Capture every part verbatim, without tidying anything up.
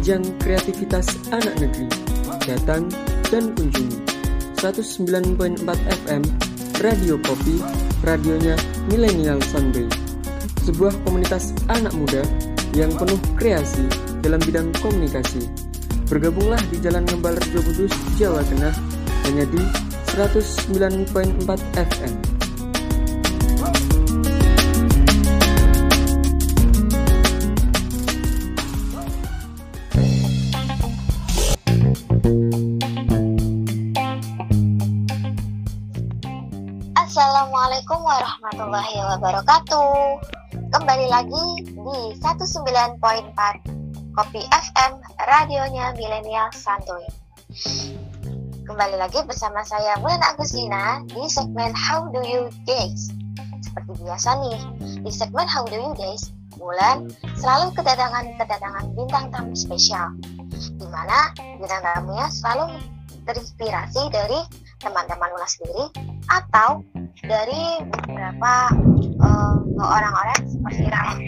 ajang kreativitas anak negeri. Datang dan kunjungi seratus sembilan koma empat F M Radio Kopi, radionya Millennial Sunday. Sebuah komunitas anak muda yang penuh kreasi dalam bidang komunikasi. Bergabunglah di Jalan Ngembal Rejo Kudus, Jawa Tengah, hanya di seratus sembilan koma empat F M. Assalamualaikum warahmatullahi wabarakatuh. Kembali lagi di seratus sembilan koma empat Kopi F M, radionya Millennial Santuy. Kembali lagi bersama saya Bulan Agustina di segmen How Do You Guys. Seperti biasa nih, di segmen How Do You Guys, Bulan selalu kedatangan-kedatangan bintang tamu spesial, di mana bintang tamunya selalu terinspirasi dari teman-teman Bulan sendiri atau dari beberapa uh, orang-orang seperti Raya.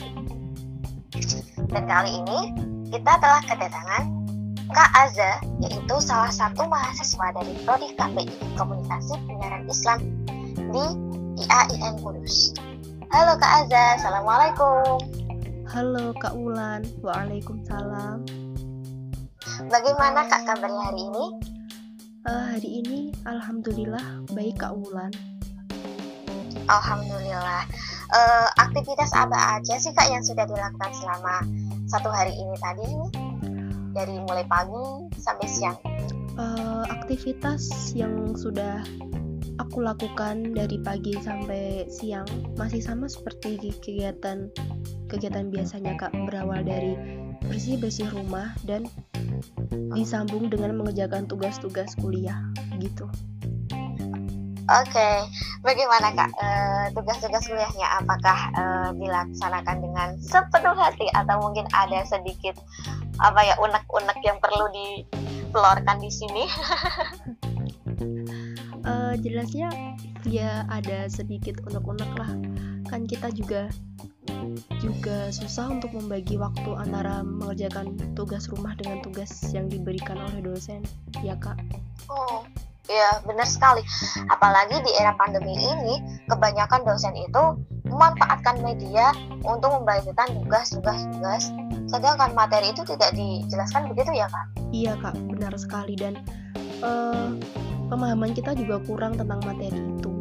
Dan kali ini kita telah kedatangan Kak Aza, yaitu salah satu mahasiswa dari Prodi K B I Komunikasi Penyiaran Islam di I A I N Kudus. Halo Kak Aza, Assalamualaikum. Halo Kak Wulan, Waalaikumsalam. Bagaimana Kak kabarnya hari ini? Uh, hari ini Alhamdulillah baik Kak Wulan. Alhamdulillah. Uh, aktivitas apa aja sih Kak yang sudah dilakukan selama satu hari ini tadi nih? Dari mulai pagi sampai siang. Uh, aktivitas yang sudah aku lakukan dari pagi sampai siang masih sama seperti kegiatan kegiatan biasanya Kak, berawal dari bersih-bersih rumah dan disambung dengan mengerjakan tugas-tugas kuliah gitu. Oke, okay. Bagaimana Kak e, tugas-tugas kuliahnya? Apakah e, dilaksanakan dengan sepenuh hati atau mungkin ada sedikit apa ya unek-unek yang perlu ditelurkan di sini? uh, jelasnya ya ada sedikit unek-unek lah. Kan kita juga juga susah untuk membagi waktu antara mengerjakan tugas rumah dengan tugas yang diberikan oleh dosen, ya Kak? Oh. Ya, benar sekali. Apalagi di era pandemi ini, kebanyakan dosen itu memanfaatkan media untuk membagikan tugas-tugas, sedangkan materi itu tidak dijelaskan begitu ya, Kak? Iya, Kak, benar sekali. Dan uh, pemahaman kita juga kurang tentang materi itu.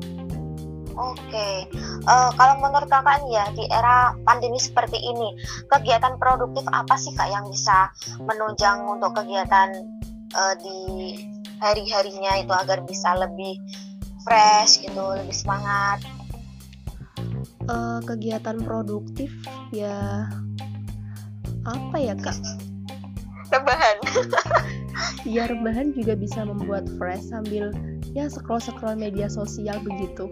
Oke, uh, kalau menurut Kakak ya, di era pandemi seperti ini, kegiatan produktif apa sih Kak yang bisa menunjang untuk kegiatan uh, di hari-harinya itu agar bisa lebih fresh gitu, lebih semangat? Uh, kegiatan produktif ya apa ya Kak? Rebahan. Ya rebahan juga bisa membuat fresh sambil ya scroll-scroll media sosial begitu.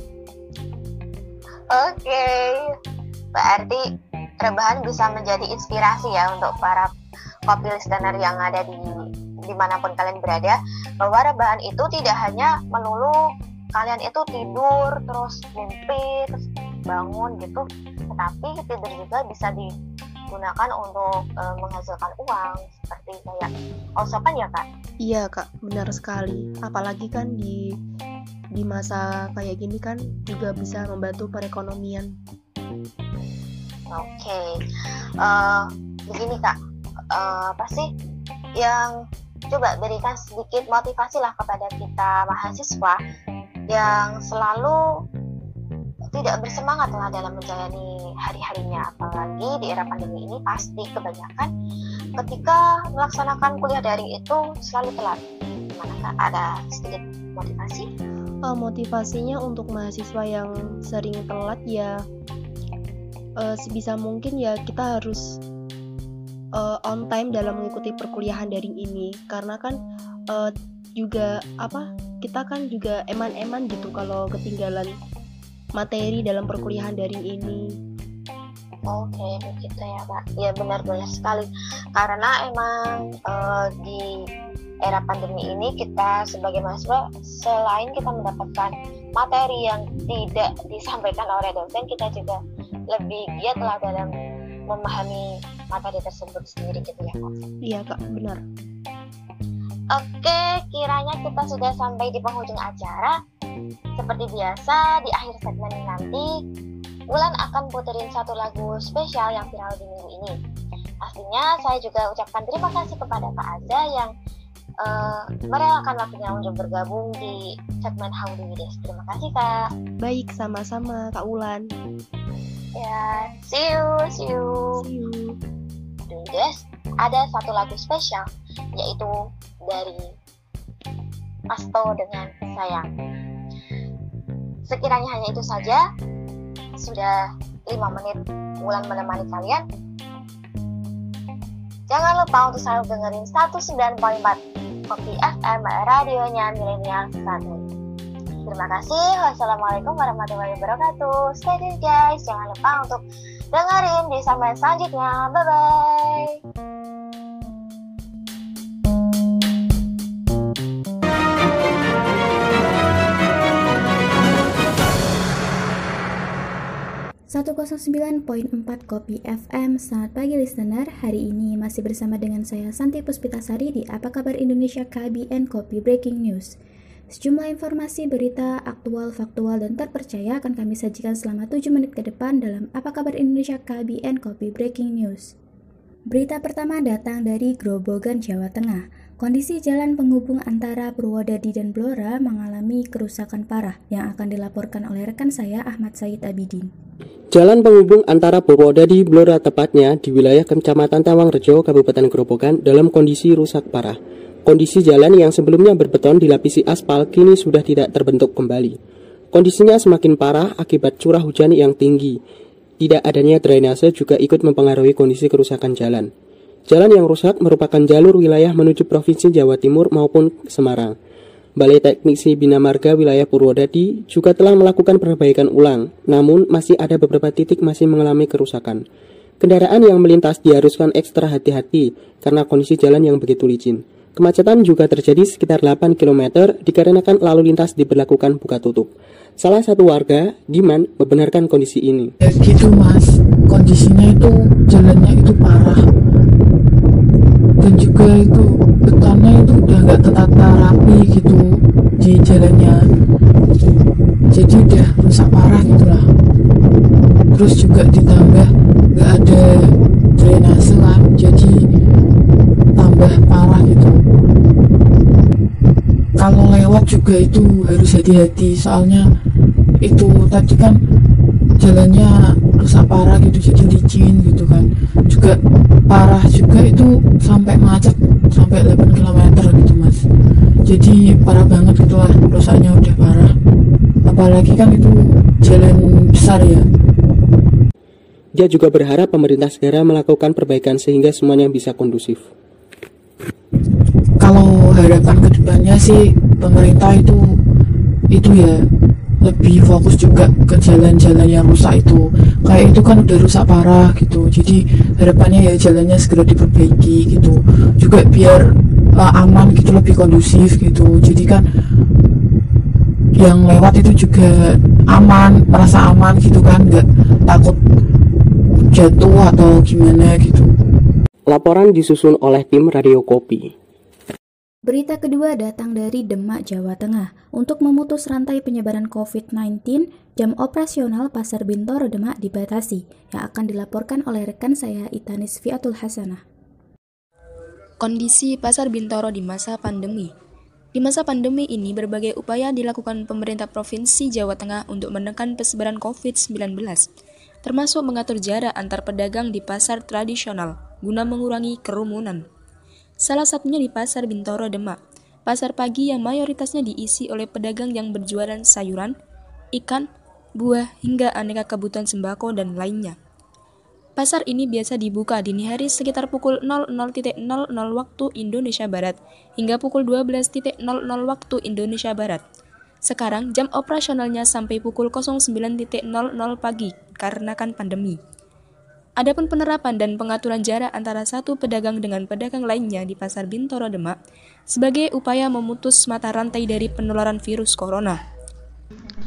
Oke, okay. Berarti rebahan bisa menjadi inspirasi ya untuk para kopi listener yang ada di dimanapun kalian berada, bahwa rebahan itu tidak hanya melulu kalian itu tidur terus mimpi terus bangun gitu, tetapi tidur juga bisa digunakan untuk e, menghasilkan uang seperti kayak osokan ya Kak? Iya Kak, benar sekali. Apalagi kan di di masa kayak gini kan juga bisa membantu perekonomian. Oke, okay. uh, begini Kak, uh, apa sih yang coba berikan sedikit motivasi lah kepada kita mahasiswa yang selalu tidak bersemangat lah dalam menjalani hari-harinya, apalagi di era pandemi ini pasti kebanyakan ketika melaksanakan kuliah daring itu selalu telat. Gimana Kak, ada sedikit motivasi? Uh, motivasinya untuk mahasiswa yang sering telat ya uh, sebisa mungkin ya kita harus Uh, on time dalam mengikuti perkuliahan daring ini, karena kan uh, juga apa kita kan juga eman-eman gitu kalau ketinggalan materi dalam perkuliahan daring ini. Oke, begitu ya Pak. Ya benar-benar sekali, karena emang uh, di era pandemi ini kita sebagai mahasiswa selain kita mendapatkan materi yang tidak disampaikan oleh dosen, kita juga lebih giat lah dalam memahami materi tersebut sendiri gitu ya Kak. Iya Kak, benar. Oke, kiranya kita sudah sampai di penghujung acara. Seperti biasa, di akhir segmen nanti Wulan akan puterin satu lagu spesial yang viral di minggu ini. Pastinya saya juga ucapkan terima kasih kepada Kak Azza yang uh, merelakan waktunya untuk bergabung di segmen How Do You This. Terima kasih Kak. Baik, sama-sama Kak Wulan. Ya, see you, see you. See you. Do You This ada satu lagu spesial, yaitu dari Asto dengan Sayang. Sekiranya hanya itu saja, sudah lima menit Wulan menemani kalian. Jangan lupa untuk selalu dengerin seratus sembilan koma empat Kopi F M, radionya Milenial Santuy. Terima kasih. Wassalamualaikum warahmatullahi wabarakatuh. Stay tuned guys. Jangan lupa untuk dengerin di segmen selanjutnya. Bye-bye. seratus sembilan koma empat Kopi F M. Selamat pagi listener. Hari ini masih bersama dengan saya Santi Puspitasari di Apa Kabar Indonesia K B N Kopi Breaking News. Sejumlah informasi, berita, aktual, faktual, dan terpercaya akan kami sajikan selama tujuh menit ke depan dalam Apa Kabar Indonesia K B N Kopi Breaking News. Berita pertama datang dari Grobogan, Jawa Tengah. Kondisi jalan penghubung antara Purwodadi dan Blora mengalami kerusakan parah yang akan dilaporkan oleh rekan saya Ahmad Said Abidin. Jalan penghubung antara Purwodadi Blora tepatnya di wilayah Kecamatan Tawangrejo, Kabupaten Grobogan dalam kondisi rusak parah. Kondisi jalan yang sebelumnya berbeton dilapisi aspal kini sudah tidak terbentuk kembali. Kondisinya semakin parah akibat curah hujan yang tinggi. Tidak adanya drainase juga ikut mempengaruhi kondisi kerusakan jalan. Jalan yang rusak merupakan jalur wilayah menuju Provinsi Jawa Timur maupun Semarang. Balai Teknisi Bina Marga wilayah Purwodadi juga telah melakukan perbaikan ulang, namun masih ada beberapa titik masih mengalami kerusakan. Kendaraan yang melintas diharuskan ekstra hati-hati karena kondisi jalan yang begitu licin. Kemacetan juga terjadi sekitar delapan kilometer dikarenakan lalu lintas diberlakukan buka tutup. Salah satu warga, Diman, membenarkan kondisi ini. Ya gitu mas, kondisinya itu jalannya itu parah. Dan juga itu betonnya itu udah gak tertata rapi gitu di jalannya, jadi udah rusak parah gitulah. Terus juga ditambah gak ada drainase kan, jadi tambah parah gitu. Kalau lewat juga itu harus hati-hati, soalnya itu tadi kan jalannya rusak parah gitu, jadi licin gitu kan. Juga parah juga itu sampai macet sampai delapan kilometer gitu mas. Jadi parah banget gitu lah, rusaknya udah parah. Apalagi kan itu jalan besar ya. Dia juga berharap pemerintah segera melakukan perbaikan sehingga semuanya bisa kondusif. Kalau harapan kedepannya sih pemerintah itu itu ya lebih fokus juga ke jalan-jalan yang rusak itu. Kayak itu kan udah rusak parah gitu, jadi harapannya ya jalannya segera diperbaiki gitu, juga biar uh, aman gitu, lebih kondusif gitu. Jadi kan yang lewat itu juga aman, merasa aman gitu kan, nggak takut jatuh atau gimana gitu. Laporan disusun oleh tim Radio Kopi. Berita kedua datang dari Demak, Jawa Tengah. Untuk memutus rantai penyebaran covid sembilan belas, jam operasional Pasar Bintoro Demak dibatasi, yang akan dilaporkan oleh rekan saya Itanis Fiatul Hasanah. Kondisi Pasar Bintoro di masa pandemi. Di masa pandemi ini, berbagai upaya dilakukan pemerintah Provinsi Jawa Tengah untuk menekan persebaran covid sembilan belas, termasuk mengatur jarak antar pedagang di pasar tradisional, guna mengurangi kerumunan. Salah satunya di Pasar Bintoro Demak, pasar pagi yang mayoritasnya diisi oleh pedagang yang berjualan sayuran, ikan, buah, hingga aneka kebutuhan sembako dan lainnya. Pasar ini biasa dibuka dini hari sekitar pukul nol nol nol nol waktu Indonesia Barat hingga pukul dua belas nol nol waktu Indonesia Barat. Sekarang jam operasionalnya sampai pukul sembilan nol nol pagi karena kan pandemi. Adapun penerapan dan pengaturan jarak antara satu pedagang dengan pedagang lainnya di Pasar Bintoro Demak sebagai upaya memutus mata rantai dari penularan virus corona.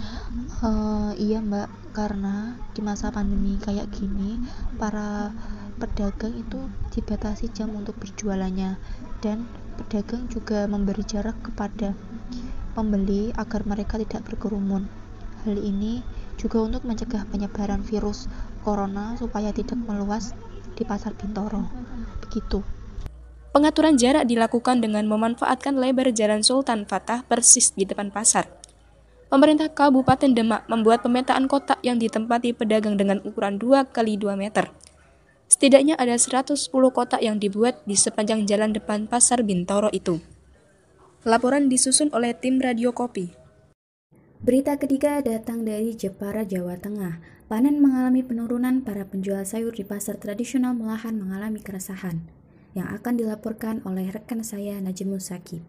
Uh, iya mbak, karena di masa pandemi kayak gini para pedagang itu dibatasi jam untuk berjualannya, dan pedagang juga memberi jarak kepada pembeli agar mereka tidak berkerumun. Hal ini juga untuk mencegah penyebaran virus corona supaya tidak meluas di Pasar Bintoro. Begitu. Pengaturan jarak dilakukan dengan memanfaatkan lebar jalan Sultan Fatah persis di depan pasar. Pemerintah Kabupaten Demak membuat pemetaan kotak yang ditempati pedagang dengan ukuran dua kali dua meter. Setidaknya ada seratus sepuluh kotak yang dibuat di sepanjang jalan depan Pasar Bintoro itu. Laporan disusun oleh tim Radio Kopi. Berita ketiga datang dari Jepara, Jawa Tengah. Panen mengalami penurunan, para penjual sayur di pasar tradisional Melahan mengalami keresahan. Yang akan dilaporkan oleh rekan saya Najim Musakib.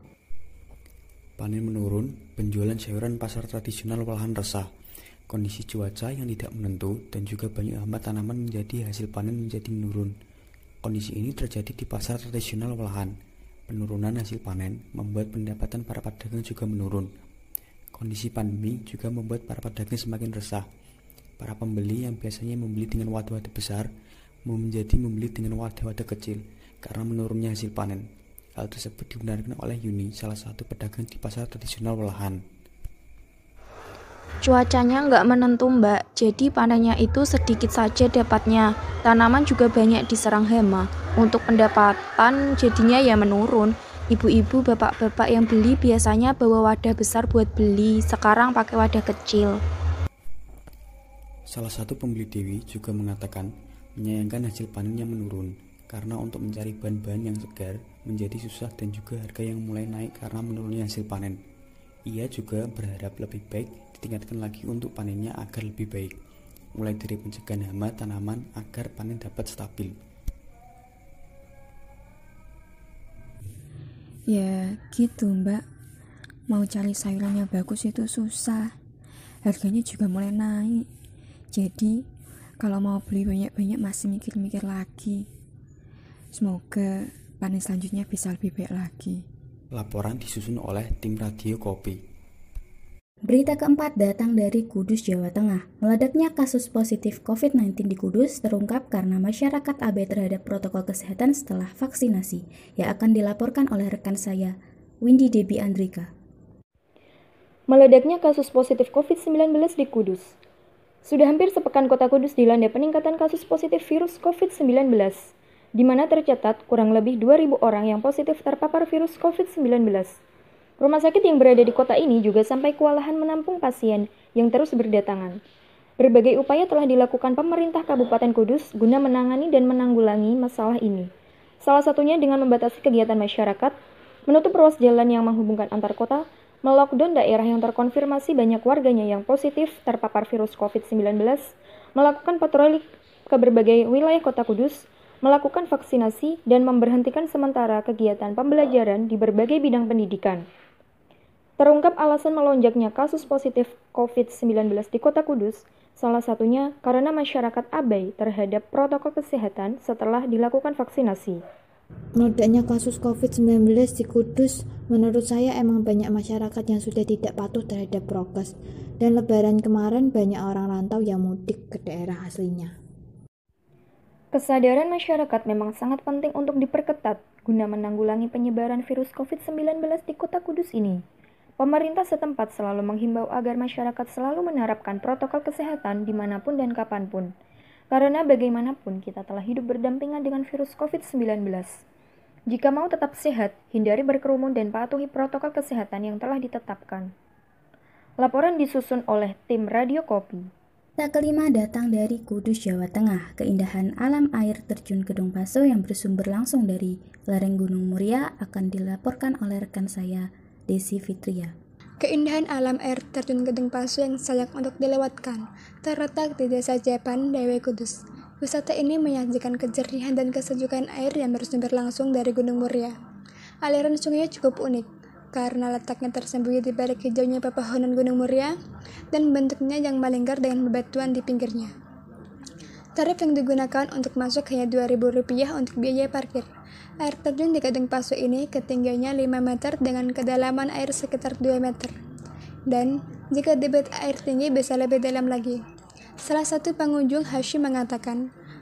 Panen menurun, penjualan sayuran pasar tradisional Walahan resah. Kondisi cuaca yang tidak menentu dan juga banyak hama tanaman menjadi hasil panen menjadi menurun. Kondisi ini terjadi di pasar tradisional Walahan. Penurunan hasil panen membuat pendapatan para pedagang juga menurun. Kondisi pandemi juga membuat para pedagang semakin resah. Para pembeli yang biasanya membeli dengan wadah-wadah besar menjadi membeli dengan wadah-wadah kecil karena menurunnya hasil panen. Hal tersebut dibenarkan oleh Yuni, salah satu pedagang di pasar tradisional Walahan. Cuacanya nggak menentu mbak, jadi panennya itu sedikit saja dapatnya. Tanaman juga banyak diserang hama. Untuk pendapatan jadinya ya menurun. Ibu-ibu, bapak-bapak yang beli biasanya bawa wadah besar buat beli, sekarang pakai wadah kecil. Salah satu pembeli Dewi juga mengatakan menyayangkan hasil panen yang menurun, karena untuk mencari bahan-bahan yang segar menjadi susah dan juga harga yang mulai naik karena menurunnya hasil panen. Ia juga berharap lebih baik ditingkatkan lagi untuk panennya agar lebih baik, mulai dari pencegahan hama tanaman agar panen dapat stabil. Ya gitu mbak, mau cari sayuran yang bagus itu susah, harganya juga mulai naik. Jadi kalau mau beli banyak-banyak masih mikir-mikir lagi. Semoga panen selanjutnya bisa lebih baik lagi. Laporan disusun oleh tim Radio Kopi. Berita keempat datang dari Kudus, Jawa Tengah. Meledaknya kasus positif covid sembilan belas di Kudus terungkap karena masyarakat abai terhadap protokol kesehatan setelah vaksinasi, yang akan dilaporkan oleh rekan saya, Windy Debbie Andrika. Meledaknya kasus positif covid sembilan belas di Kudus. Sudah hampir sepekan kota Kudus dilanda peningkatan kasus positif virus covid sembilan belas, di mana tercatat kurang lebih dua ribu orang yang positif terpapar virus covid sembilan belas. Rumah sakit yang berada di kota ini juga sampai kewalahan menampung pasien yang terus berdatangan. Berbagai upaya telah dilakukan pemerintah Kabupaten Kudus guna menangani dan menanggulangi masalah ini. Salah satunya dengan membatasi kegiatan masyarakat, menutup ruas jalan yang menghubungkan antar kota, melockdown daerah yang terkonfirmasi banyak warganya yang positif terpapar virus covid sembilan belas, melakukan patroli ke berbagai wilayah kota Kudus, melakukan vaksinasi, dan memberhentikan sementara kegiatan pembelajaran di berbagai bidang pendidikan. Terungkap alasan melonjaknya kasus positif covid sembilan belas di kota Kudus, salah satunya karena masyarakat abai terhadap protokol kesehatan setelah dilakukan vaksinasi. Meledaknya kasus covid sembilan belas di Kudus, menurut saya emang banyak masyarakat yang sudah tidak patuh terhadap prokes, dan lebaran kemarin banyak orang rantau yang mudik ke daerah aslinya. Kesadaran masyarakat memang sangat penting untuk diperketat guna menanggulangi penyebaran virus covid sembilan belas di kota Kudus ini. Pemerintah setempat selalu menghimbau agar masyarakat selalu menerapkan protokol kesehatan dimanapun dan kapanpun. Karena bagaimanapun kita telah hidup berdampingan dengan virus covid sembilan belas. Jika mau tetap sehat, hindari berkerumun dan patuhi protokol kesehatan yang telah ditetapkan. Laporan disusun oleh tim Radio Kopi. Berita kelima datang dari Kudus, Jawa Tengah. Keindahan alam air terjun Gedong Paso yang bersumber langsung dari lereng Gunung Muria akan dilaporkan oleh rekan saya, Desi Fitria. Keindahan alam air terjun Gedong Paso yang sayang untuk dilewatkan terletak di Desa Jepan, Dewe Kudus. Wisata ini menyajikan kejernihan dan kesejukan air yang bersumber langsung dari Gunung Muria. Aliran sungainya cukup unik karena letaknya tersembunyi di balik hijaunya pepohonan Gunung Muria dan bentuknya yang melingkar dengan bebatuan di pinggirnya. Tarif yang digunakan untuk masuk hanya dua ribu rupiah untuk biaya parkir. Air terjun di Gedong Paso ini ketinggiannya lima meter dengan kedalaman air sekitar dua meter. Dan jika debit air tinggi bisa lebih dalam lagi. Salah satu pengunjung, Hashim, mengatakan,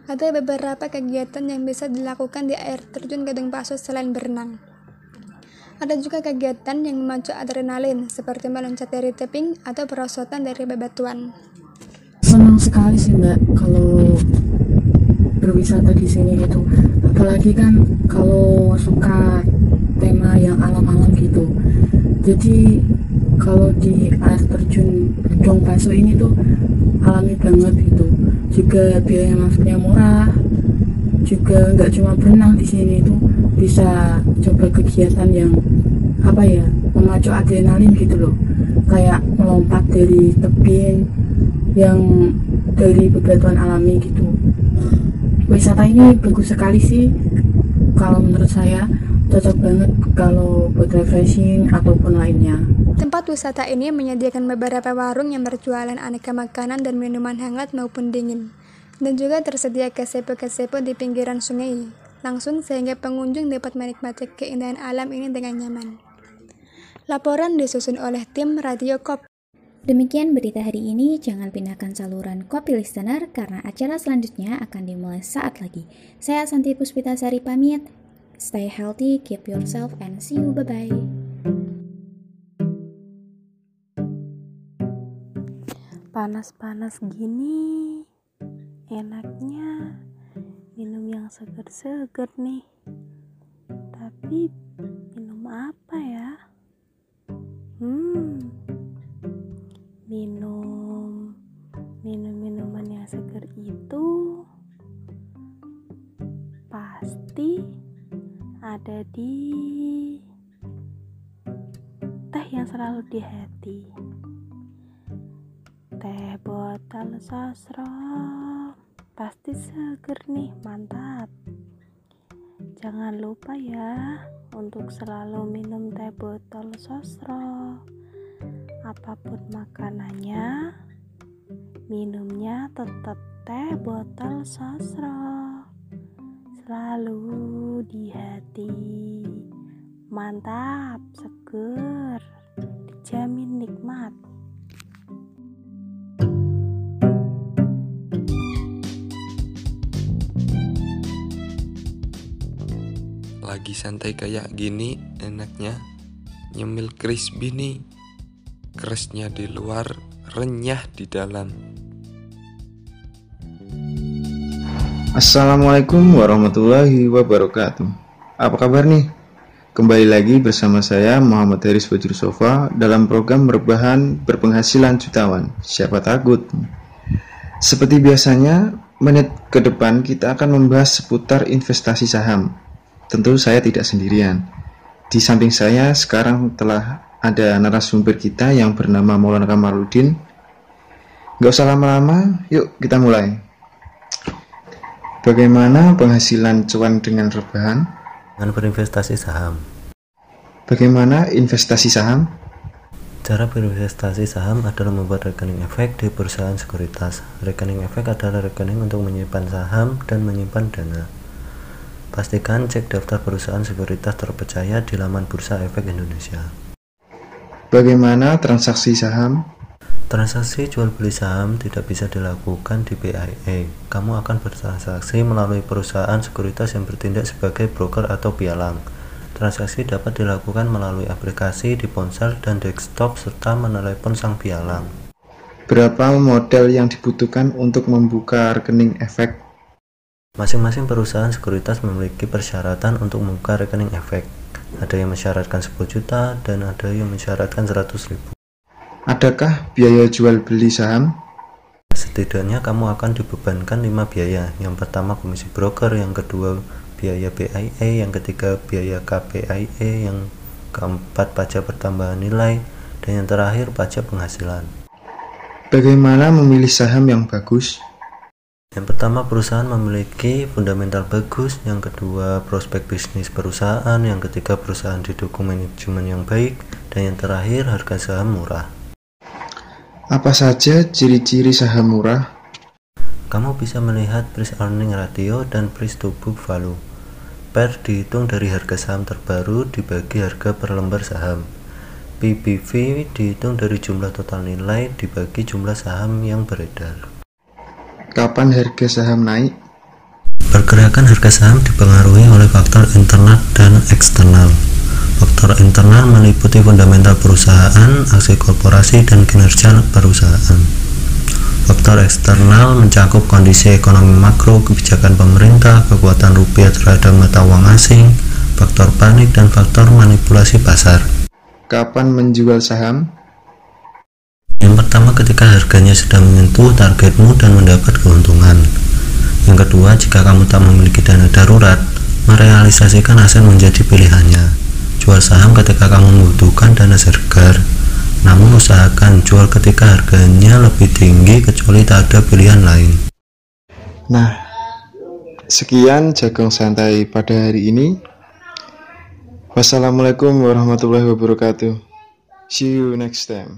Ada beberapa kegiatan yang bisa dilakukan di air terjun Gedung Paso selain berenang. Ada juga kegiatan yang memacu adrenalin seperti meloncat dari tebing atau perosotan dari bebatuan. Senang sekali sih Mbak kalau berwisata di sini itu. Apalagi kan kalau suka tema yang alam-alam gitu. Jadi kalau di air terjun Gedung Paso ini tuh alami banget gitu. Juga biaya masuknya murah. Juga nggak cuma berenang di sini tuh, bisa coba kegiatan yang apa ya, memacu adrenalin gitu loh. Kayak melompat dari tebing yang dari bebatuan alami gitu. Wisata ini bagus sekali sih. Kalau menurut saya cocok banget kalau buat refreshing ataupun lainnya. Tempat wisata ini menyediakan beberapa warung yang berjualan aneka makanan dan minuman hangat maupun dingin. Dan juga tersedia gazebo-gazebo di pinggiran sungai, langsung sehingga pengunjung dapat menikmati keindahan alam ini dengan nyaman. Laporan disusun oleh tim Radio Kopi. Demikian berita hari ini, jangan pindahkan saluran Kopi Listener karena acara selanjutnya akan dimulai saat lagi. Saya Santi Puspitasari pamit, stay healthy, keep yourself, and see you, bye-bye. Panas-panas gini, enaknya minum yang seger-seger nih. Tapi minum apa ya? Hmm, minum minum minuman yang seger itu pasti ada di teh yang selalu di hati. Teh botol sosro pasti seger nih, mantap. Jangan lupa ya untuk selalu minum teh botol sosro. Apapun makanannya, minumnya tetap teh botol sosro. Selalu di hati. Mantap, seger, dijamin nikmat. Lagi santai kayak gini, enaknya nyemil crispy nih. Kerasnya di luar, renyah di dalam. Assalamualaikum warahmatullahi wabarakatuh. Apa kabar nih? Kembali lagi bersama saya Muhammad Haris Fajrul Sofa dalam program Rebahan Berpenghasilan Jutawan. Siapa takut? Seperti biasanya, menit ke depan kita akan membahas seputar investasi saham. Tentu saya tidak sendirian. Di samping saya sekarang telah ada narasumber kita yang bernama Maulana Kamarudin. Gak usah lama-lama, yuk kita mulai. Bagaimana penghasilan cuan dengan rebahan? Dengan berinvestasi saham. Bagaimana investasi saham? Cara berinvestasi saham adalah membuat rekening efek di perusahaan sekuritas. Rekening efek adalah rekening untuk menyimpan saham dan menyimpan dana. Pastikan cek daftar perusahaan sekuritas terpercaya di laman Bursa Efek Indonesia. Bagaimana transaksi saham? Transaksi jual beli saham tidak bisa dilakukan di B I A. Kamu akan bertransaksi melalui perusahaan sekuritas yang bertindak sebagai broker atau pialang. Transaksi dapat dilakukan melalui aplikasi di ponsel dan desktop serta menelepon sang pialang. Berapa modal yang dibutuhkan untuk membuka rekening efek? Masing-masing perusahaan sekuritas memiliki persyaratan untuk membuka rekening efek. Ada yang mensyaratkan sepuluh juta dan ada yang mensyaratkan seratus ribu. Adakah biaya jual beli saham? Setidaknya kamu akan dibebankan lima biaya. Yang pertama komisi broker, yang kedua biaya B I A, yang ketiga biaya K P I E, yang keempat pajak pertambahan nilai, dan yang terakhir pajak penghasilan. Bagaimana memilih saham yang bagus? Yang pertama, perusahaan memiliki fundamental bagus, yang kedua prospek bisnis perusahaan, yang ketiga perusahaan didukung manajemen yang baik, dan yang terakhir harga saham murah. Apa saja ciri-ciri saham murah? Kamu bisa melihat price earning ratio dan price to book value. P E R dihitung dari harga saham terbaru dibagi harga per lembar saham. P B V dihitung dari jumlah total nilai dibagi jumlah saham yang beredar. Kapan harga saham naik? Pergerakan harga saham dipengaruhi oleh faktor internal dan eksternal. Faktor internal meliputi fundamental perusahaan, aksi korporasi, dan kinerja perusahaan. Faktor eksternal mencakup kondisi ekonomi makro, kebijakan pemerintah, kekuatan rupiah terhadap mata uang asing, faktor panik, dan faktor manipulasi pasar. Kapan menjual saham? Yang pertama, ketika harganya sedang menyentuh targetmu dan mendapat keuntungan. Yang kedua, jika kamu tak memiliki dana darurat, merealisasikan aset menjadi pilihannya. Jual saham ketika kamu membutuhkan dana segar, namun usahakan jual ketika harganya lebih tinggi kecuali tak ada pilihan lain. Nah, sekian Jagung Santai pada hari ini. Wassalamualaikum warahmatullahi wabarakatuh. See you next time.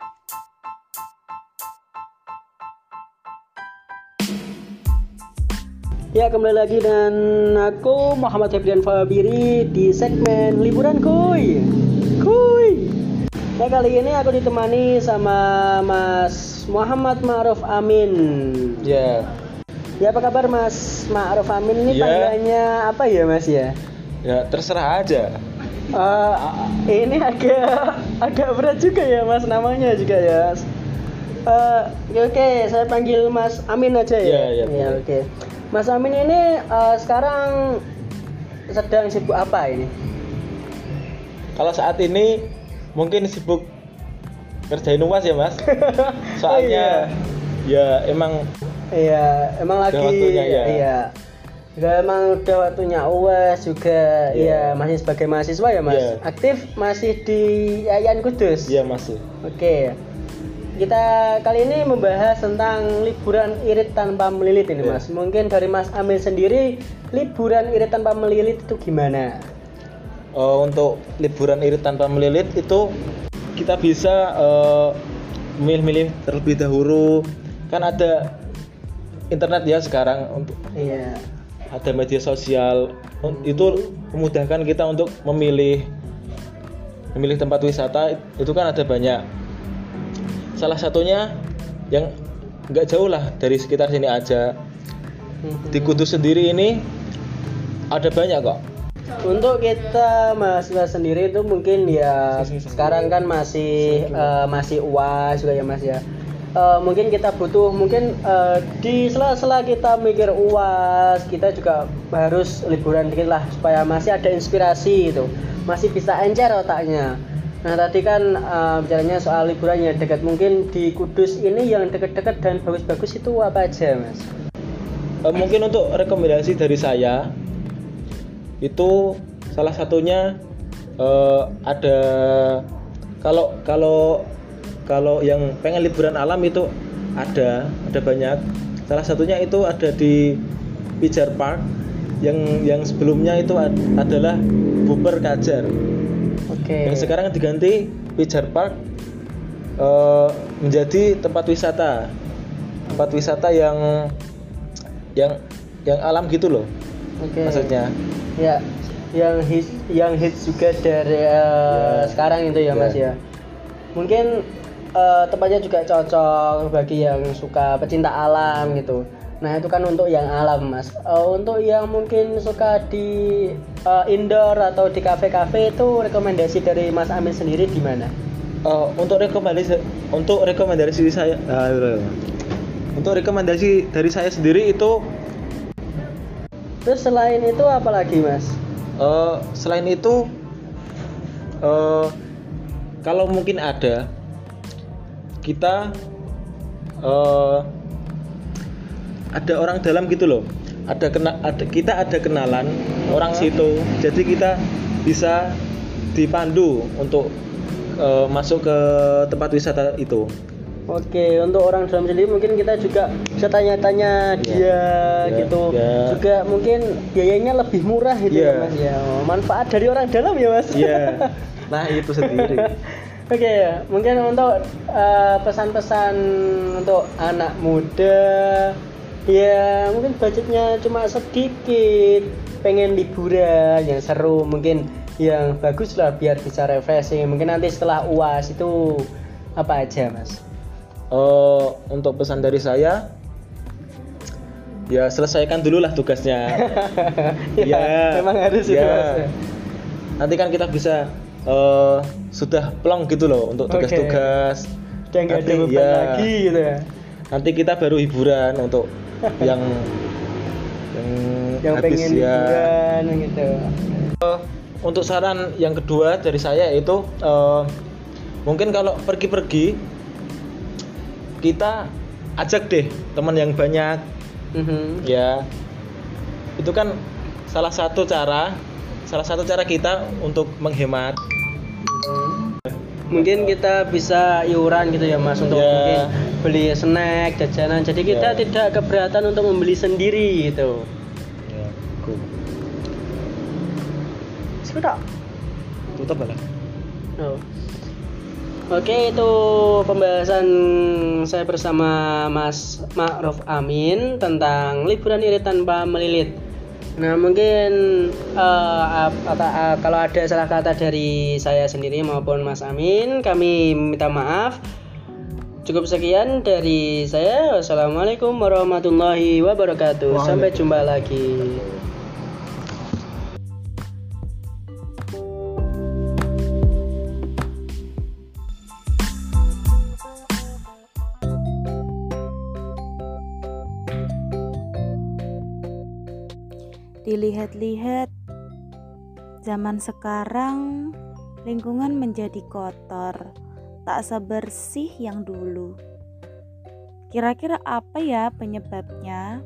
Ya, kembali lagi dan aku Muhammad Febrian Fabiri di segmen Liburan Kuy. Kuy. Nah, kali ini aku ditemani sama Mas Muhammad Ma'ruf Amin. Ya. Ya, apa kabar Mas Ma'ruf Amin ini? Ya. Panggilannya apa ya, Mas ya? Ya, terserah aja. Uh, ini agak agak berat juga ya Mas, namanya juga ya. Uh, oke, okay, saya panggil Mas Amin aja ya. Ya, ya, ya oke. Okay. Mas Amin ini uh, sekarang sedang sibuk apa ini? Kalau saat ini mungkin sibuk kerjain U A S ya Mas. Soalnya oh, iya. ya emang iya emang lagi waktunya, ya. Iya. Juga emang udah waktunya U A S juga ya, ya masih sebagai mahasiswa ya Mas. Ya. Aktif masih di Yayan Kudus. Iya masih. Oke. Kita kali ini membahas tentang liburan irit tanpa melilit ini yeah. Mas. Mungkin dari Mas Amin sendiri, liburan irit tanpa melilit itu gimana? Uh, untuk liburan irit tanpa melilit itu kita bisa uh, milih-milih terlebih dahulu. Kan ada internet ya sekarang untuk yeah. ada media sosial hmm. itu memudahkan kita untuk memilih memilih tempat wisata. Itu kan ada banyak. Salah satunya yang nggak jauh lah dari sekitar sini aja. Di Kudus sendiri ini ada banyak kok. Untuk kita mahasiswa sendiri itu mungkin ya sekarang kan masih uh, masih U A S juga ya Mas ya. Uh, mungkin kita butuh mungkin uh, di sela-sela kita mikir U A S kita juga harus liburan dikit lah supaya masih ada inspirasi gitu. Masih bisa encer otaknya. Nah tadi kan uh, bicaranya soal liburan yang dekat, mungkin di Kudus ini yang dekat-dekat dan bagus-bagus itu apa aja Mas? Uh, mungkin untuk rekomendasi dari saya itu salah satunya uh, ada kalau kalau kalau yang pengen liburan alam itu ada ada banyak. Salah satunya itu ada di Pijar Park yang yang sebelumnya itu ad, adalah Buper Kajar. Okay. Yang sekarang diganti Pijar Park uh, menjadi tempat wisata, tempat wisata yang yang yang alam gitu loh. Okay. Maksudnya. Ya, yang hits yang hits juga dari uh, yeah. sekarang itu ya yeah. Mas ya. Mungkin uh, tempatnya juga cocok bagi yang suka pecinta alam gitu. Nah itu kan untuk yang alam Mas. Uh, untuk yang mungkin suka di uh, indoor atau di kafe-kafe itu rekomendasi dari Mas Amin sendiri di mana? Uh, untuk rekomendasi untuk rekomendasi saya uh, untuk rekomendasi dari saya sendiri itu. Terus selain itu apa lagi Mas? Uh, selain itu uh, kalau mungkin ada kita uh, ada orang dalam gitu loh, ada kena ada kita ada kenalan orang situ, jadi kita bisa dipandu untuk uh, masuk ke tempat wisata itu. Oke, untuk orang dalam sendiri mungkin kita juga bisa tanya-tanya dia ya, gitu. Ya. Juga mungkin biayanya lebih murah gitu ya, ya Mas ya. Manfaat dari orang dalam ya Mas. Iya. Nah, itu sendiri. Oke, mungkin untuk uh, pesan-pesan untuk anak muda ya mungkin budgetnya cuma sedikit, pengen liburan yang seru, mungkin yang bagus lah biar bisa refreshing. Mungkin nanti setelah U A S itu apa aja Mas? Uh, untuk pesan dari saya ya selesaikan dulu lah tugasnya. ya, ya memang harus itu ya. Mas. Nanti kan kita bisa uh, sudah plong gitu loh untuk tugas-tugas. Udah nggak ada beban ya, lagi gitu ya. Nanti kita baru hiburan untuk yang yang, yang habis pengen ya. hiburan gitu. Uh, untuk saran yang kedua dari saya itu uh, mungkin kalau pergi-pergi kita ajak deh teman yang banyak. Mm-hmm. Ya, itu kan salah satu cara, salah satu cara kita untuk menghemat. Mungkin kita bisa iuran gitu ya Mas untuk ya. mungkin beli snack, jajanan. Jadi kita ya. tidak keberatan untuk membeli sendiri gitu. Ya, cool. Sudah. Tutup lah. Oh. Oke, itu pembahasan saya bersama Mas Ma'ruf Amin tentang liburan irit tanpa melilit. Nah, mungkin uh, uh, kalau ada salah kata dari saya sendiri maupun Mas Amin, kami minta maaf. Cukup sekian dari saya. Wassalamualaikum warahmatullahi wabarakatuh. Sampai jumpa lagi. Dilihat-lihat, zaman sekarang lingkungan menjadi kotor, tak sebersih yang dulu. Kira-kira apa ya penyebabnya?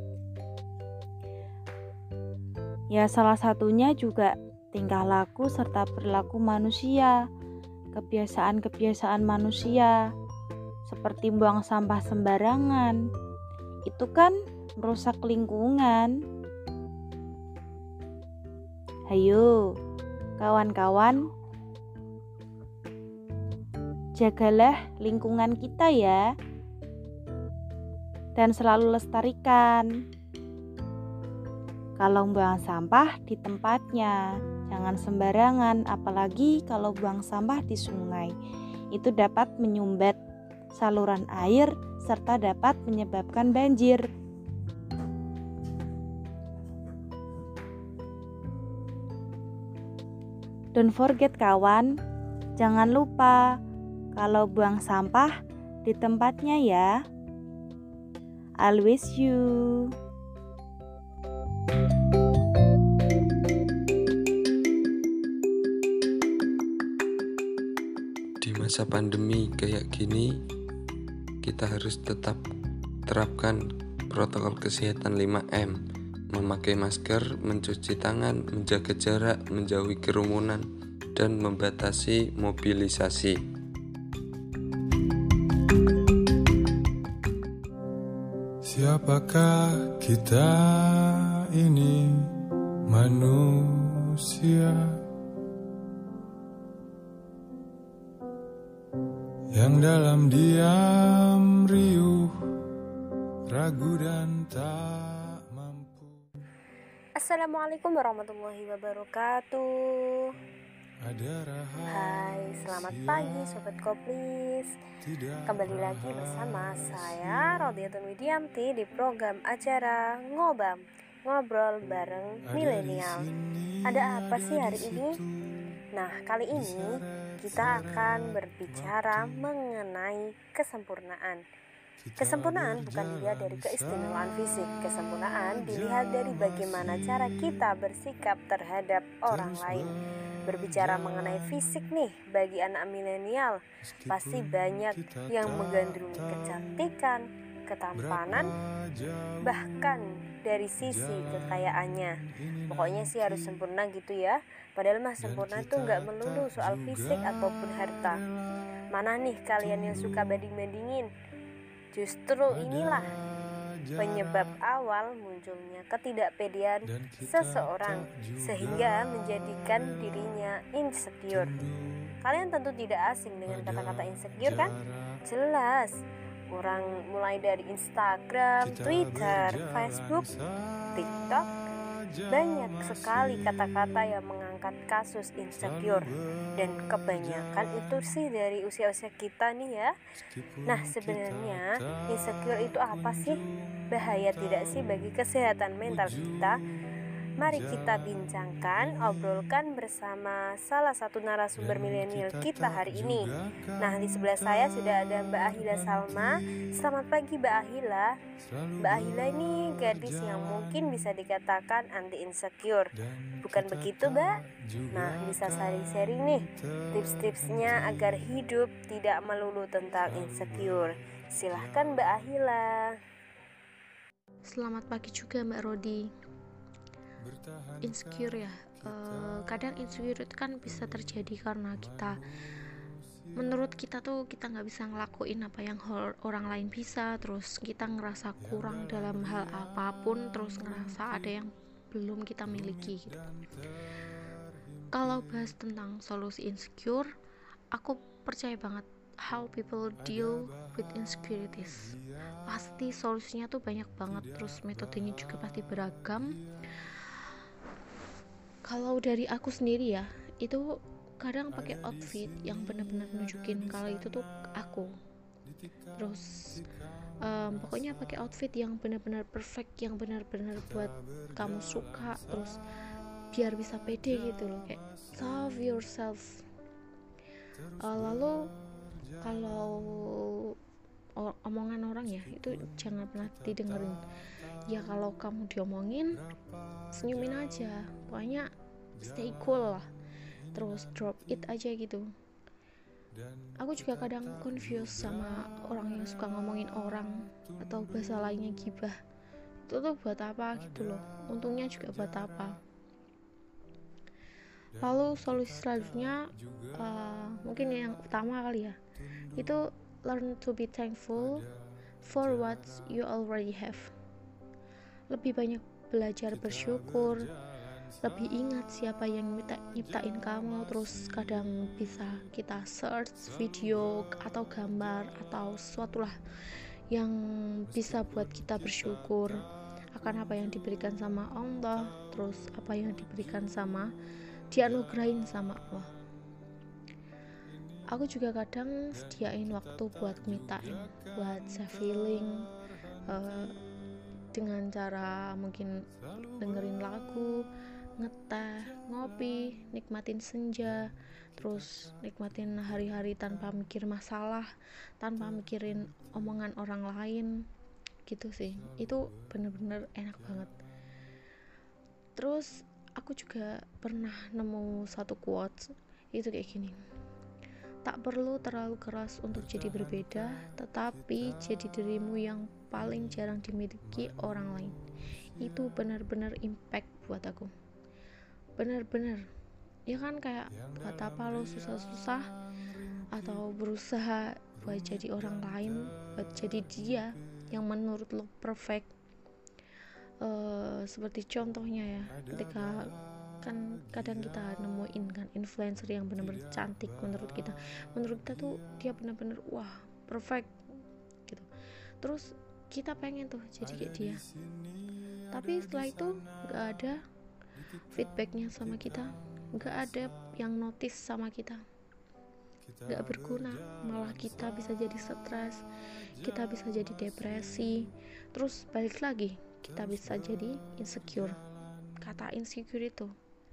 Ya salah satunya juga tingkah laku serta perilaku manusia, kebiasaan-kebiasaan manusia, seperti buang sampah sembarangan. Itu kan merusak lingkungan. Hayo, kawan-kawan, jagalah lingkungan kita ya, dan selalu lestarikan. Kalau buang sampah di tempatnya, jangan sembarangan, apalagi kalau buang sampah di sungai. Itu dapat menyumbat saluran air serta dapat menyebabkan banjir. Don't forget kawan, jangan lupa kalau buang sampah di tempatnya ya. I'll wish you. Di masa pandemi kayak gini, kita harus tetap terapkan protokol kesehatan lima M. Memakai masker, mencuci tangan, menjaga jarak, menjauhi kerumunan, dan membatasi mobilisasi. Siapakah kita ini manusia yang dalam diam riuh, ragu dan tak. Assalamualaikum warahmatullahi wabarakatuh. Hai, selamat pagi Sobat Koplis. Kembali lagi bersama saya Rodiatun Widiamti di program acara Ngobam, Ngobrol Bareng Milenial. Ada apa sih hari ini? Nah, kali ini kita akan berbicara mengenai kesempurnaan. Kesempurnaan bukan dilihat dari keistimewaan fisik. Kesempurnaan dilihat dari bagaimana cara kita bersikap terhadap orang lain. Berbicara mengenai fisik nih, bagi anak milenial pasti banyak yang menggandrungi kecantikan, ketampanan, bahkan dari sisi kekayaannya. Pokoknya sih harus sempurna gitu ya. Padahal mah sempurna tuh gak melulu soal fisik ataupun harta. Mana nih kalian yang suka banding-bandingin? Justru inilah penyebab awal munculnya ketidakpedean seseorang sehingga menjadikan dirinya insecure. Kalian tentu tidak asing dengan kata-kata insecure kan? Jelas, orang mulai dari Instagram, Twitter, Facebook, TikTok, Banyak sekali kata-kata yang mengangkat kasus insecure, dan kebanyakan itu sih dari usia-usia kita nih ya. Nah, sebenarnya insecure itu apa sih? Bahaya tidak sih bagi kesehatan mental kita? Mari kita bincangkan, obrolkan bersama salah satu narasumber milenial kita hari ini. Nah, di sebelah saya sudah ada Mbak Ahila Salma. Selamat pagi Mbak Ahila. Mbak Ahila ini gadis yang mungkin bisa dikatakan anti insecure. Bukan begitu, Mbak? Nah, bisa sharing-sharing nih tips-tipsnya agar hidup tidak melulu tentang insecure. Silahkan Mbak Ahila. Selamat pagi juga Mbak Rodi. Insecure ya, uh, kadang insecure itu kan bisa terjadi karena kita, menurut kita tuh kita nggak bisa ngelakuin apa yang orang lain bisa, terus kita ngerasa kurang dalam hal apapun, terus ngerasa ada yang belum kita miliki gitu. Kalau bahas tentang solusi insecure, aku percaya banget how people deal with insecurities. Pasti solusinya tuh banyak banget, terus metodenya juga pasti beragam. Kalau dari aku sendiri ya, itu kadang pakai outfit yang benar-benar nunjukin kalau itu tuh aku. Terus um, pokoknya pakai outfit yang benar-benar perfect, yang benar-benar buat kamu suka, terus biar bisa pede gitu loh, kayak love yourself. Uh, lalu kalau or- omongan orang ya, itu jangan pernah didengerin. Ya kalau kamu diomongin, senyumin aja, pokoknya stay cool lah, terus drop it aja gitu. Aku juga kadang confused sama orang yang suka ngomongin orang, atau bahasa lainnya gibah. Itu tuh buat apa gitu loh, untungnya juga buat apa. Lalu solusi selanjutnya uh, mungkin yang utama kali ya, itu learn to be thankful for what you already have. Lebih banyak belajar bersyukur, lebih ingat siapa yang nyipta, nyiptain kamu. Terus kadang bisa kita search video atau gambar atau sesuatu lah yang bisa buat kita bersyukur akan apa yang diberikan sama Allah, terus apa yang diberikan sama, dianugerahin sama Allah. Aku juga kadang sediain waktu buat me time, buat self healing, uh, dengan cara mungkin dengerin lagu, ngeteh, ngopi, nikmatin senja, terus nikmatin hari-hari tanpa mikir masalah, tanpa mikirin omongan orang lain gitu sih. Itu bener-bener enak banget. Terus aku juga pernah nemu satu quotes, itu kayak gini: tak perlu terlalu keras untuk jadi berbeda, tetapi jadi dirimu yang paling jarang dimiliki orang lain. Itu benar-benar impact buat aku. Benar-benar. Ya kan, kayak buat apa lo susah-susah atau berusaha buat jadi orang lain, buat jadi dia yang menurut lo perfect. Uh, seperti contohnya ya, ketika kan kadang kita nemuin kan influencer yang benar-benar cantik menurut kita menurut kita tuh dia benar-benar wah perfect gitu, terus kita pengen tuh jadi kayak dia, tapi setelah itu nggak ada feedbacknya sama kita, nggak ada yang notice sama kita, nggak berguna, malah kita bisa jadi stres, kita bisa jadi depresi, terus balik lagi kita bisa jadi insecure. Kata insecure itu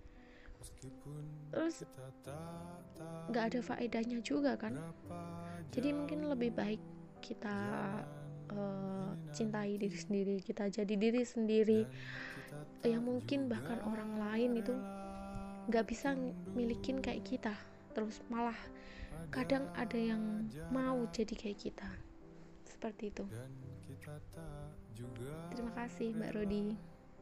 terus nggak ada faedahnya juga kan. Jadi mungkin lebih baik kita uh, cintai diri sendiri, kita jadi diri sendiri yang mungkin bahkan orang lain itu nggak bisa milikin kayak kita, terus malah kadang ada yang mau jadi kayak kita, seperti itu. Terima kasih Mbak Rodi.